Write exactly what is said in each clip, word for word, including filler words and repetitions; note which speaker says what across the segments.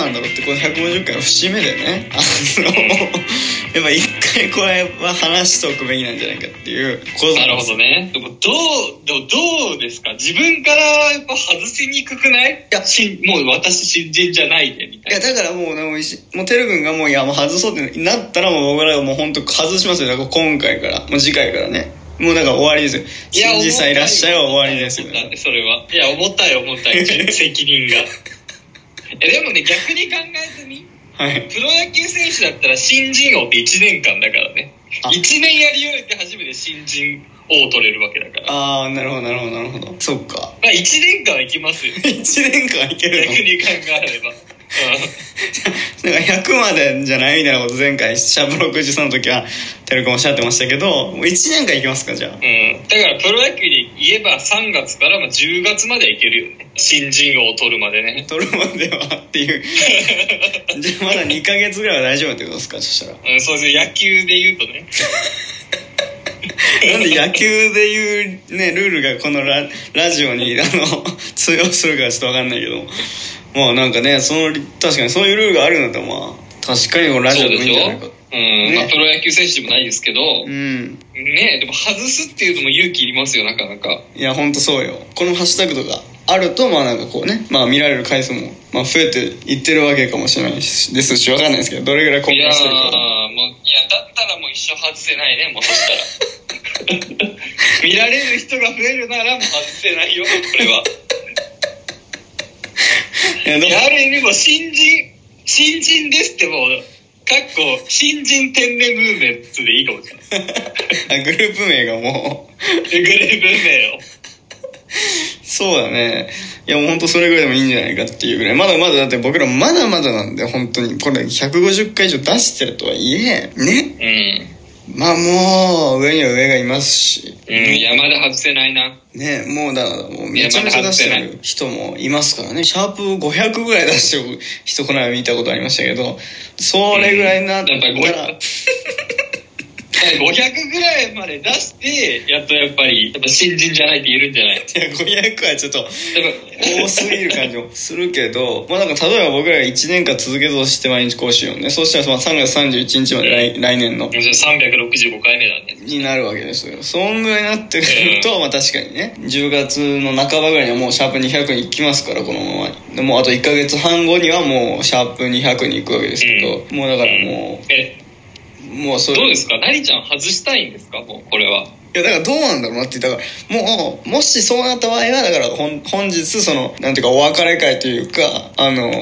Speaker 1: なんだろうって、このひゃくごじゅっかいの節目でね、あのやっぱ一回これは話しておくべきなんじゃないかっていうこと
Speaker 2: なるほどね。でもどうでもどうですか、自分からやっぱ外しにくくない？いやしもう私新人じゃないでみたいな。
Speaker 1: いやだからもうもうもうてるくんがもういやもう外そうってなったらもう僕らがもう本当外しますよ。だから今回からもう次回からね、もうだから終わりですよ。新人さんいらっしゃいは終わりですよ、ね。
Speaker 2: だってそれはいや重たい重たい責任がえでもね逆に考えてみ、はい、プロ野球選手だったら新人王っていちねんかんだからね。いちねんやり終えて初めて新人王を取れるわけだから。
Speaker 1: ああなるほどなるほどなるほど。そっか、
Speaker 2: まあいちねんかんはいきますよ
Speaker 1: いちねんかんはいけるの。
Speaker 2: 逆に考えれば
Speaker 1: なんかひゃくまでじゃないみたいなこと前回シャープろくじゅうさんの時はテレコンおっしゃってましたけど、もういちねんかんいけますかじゃあ。うん、
Speaker 2: だからプロ野球で言えばさんがつからまあじゅうがつまでいけるよね、新人王を取るまでね。
Speaker 1: 取るまではっていうじゃあまだにかげつぐらいは大丈夫ってことですか、そしたら。
Speaker 2: うんそうです、野球で言うとね
Speaker 1: なんで野球でいうねルールがこの ラ, ラジオにあの通用するかちょっと分かんないけど、まあなんかねその確かにそういうルールがあるんだったらまあ確かにこのラジオでもいいんじゃないか。
Speaker 2: うん、ね、まあ、プロ野球選手でもないですけど、
Speaker 1: うん、
Speaker 2: ねでも外すっていうのも勇気いりますよなかなか。
Speaker 1: いやほんとそうよ。このハッシュタグとかあるとまあなんかこうね、まあ見られる回数もまあ増えていってるわけかもしれないですし、分かんないですけどどれぐらい貢献してるか。いや
Speaker 2: もういやだったらもう一生外せないね、もうそしたら見られる人が増えるならもう外せないよこれは。いやでもある意味も新人新人ですってもうかっこ新人天然ムーブメントでいいかもしれないあ
Speaker 1: グループ名がも
Speaker 2: うグループ名を
Speaker 1: そうだね。いやもうほんとそれぐらいでもいいんじゃないかっていうぐらい、まだまだだって僕らまだまだなんで本当にこれひゃくごじゅっかい以上出してるとはいえね、うん、まあもう上には上がいますし、
Speaker 2: うん、いやまだ外せないな
Speaker 1: ね、もうだからもうめちゃめちゃ出してる人もいますからね。シャープごひゃくぐらい出してる人この間見たことありましたけど、それぐらいになったら、うん
Speaker 2: ごひゃくぐらいまで出してやっとやっぱりやっぱ新人じゃないって言えるんじゃない？い
Speaker 1: やごひゃくはちょっと多すぎる感じもするけどまあなんか例えば僕らがいちねんかん続けずとして毎日講習をね、そうしたらそのさんがつさんじゅういちにちまで来、うん、来年の
Speaker 2: さんびゃくろくじゅうごかいめだね
Speaker 1: になるわけですよ。そんぐらいになってくると、うん、まあ確かにねじゅうがつの半ばぐらいにはもうシャープにひゃくに行きますから、このままでもうあといっかげつはんごにはもうシャープにひゃくに行くわけですけど、うん、もうだからもう、え
Speaker 2: もうそれどうですか、なりちゃん外したいんですか、もうこれは。
Speaker 1: いやだからどうなんだろうなって、だからもうもしそうなった場合はだから本本日そのなんていうかお別れ会というかあの、うん、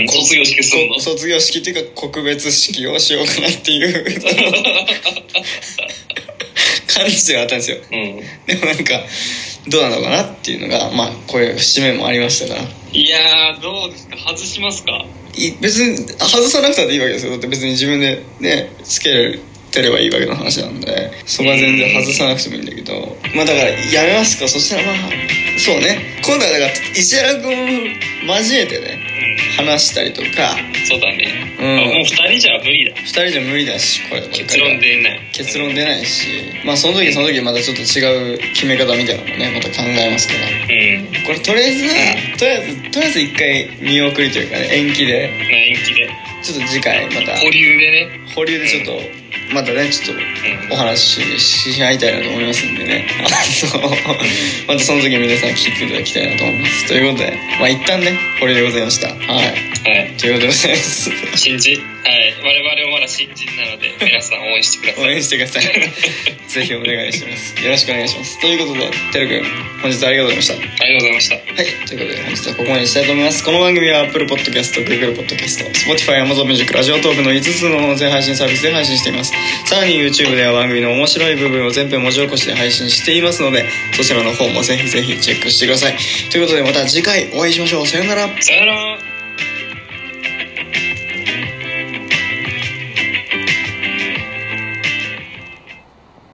Speaker 2: 卒業式するの
Speaker 1: 卒業式っていうか告別式をしようかなっていう感じではあったんですよ、うん、でもなんかどうなのかなっていうのがまあこういう節目もありましたから。
Speaker 2: いやーどうですか、外しますか。
Speaker 1: 別に外さなくたっていいわけですよ。だって別に自分でねつけてればいいわけの話なんで、そこは全然外さなくてもいいんだけど、まあだからやめますか。そしたらまあそうね、今度はだから石原君交えてね、うん、話したりとか。
Speaker 2: そうだね、うん、もうふたりじゃ無理だ
Speaker 1: ふたりじゃ無理だし、これ
Speaker 2: 結論出ない
Speaker 1: 結論出ないし、まあその時その時またちょっと違う決め方みたいなのもねまた考えますから、うん、これとりあえずはとりあえずとりあえず一回見送りというかね、延期で
Speaker 2: 延期で
Speaker 1: ちょっと次回また
Speaker 2: 保留でね
Speaker 1: 保留でちょっと、うんまたねちょっとお話しし合いたいなと思いますんでねまたその時皆さん聞いていただきたいなと思います。ということでまあ一旦ねこれでございました。はい、はい、ということでございます
Speaker 2: 新人、はい我々もまだ新人なので皆さん応援してください
Speaker 1: 応援してくださいぜひお願いします。よろしくお願いします。ということでてるくん本日はありがとうございました。
Speaker 2: ありがとうございました。
Speaker 1: はいということで本日はここまでにしたいと思います。この番組は Apple Podcast、Google Podcast、Spotify、Amazon Music、ラジオトークのいつつの音声配信サービスで配信しています。さらに YouTube では番組の面白い部分を全編文字起こしで配信していますので、そちらの方もぜひぜひチェックしてください。ということでまた次回お会いしましょう。さよなら。
Speaker 2: さよなら。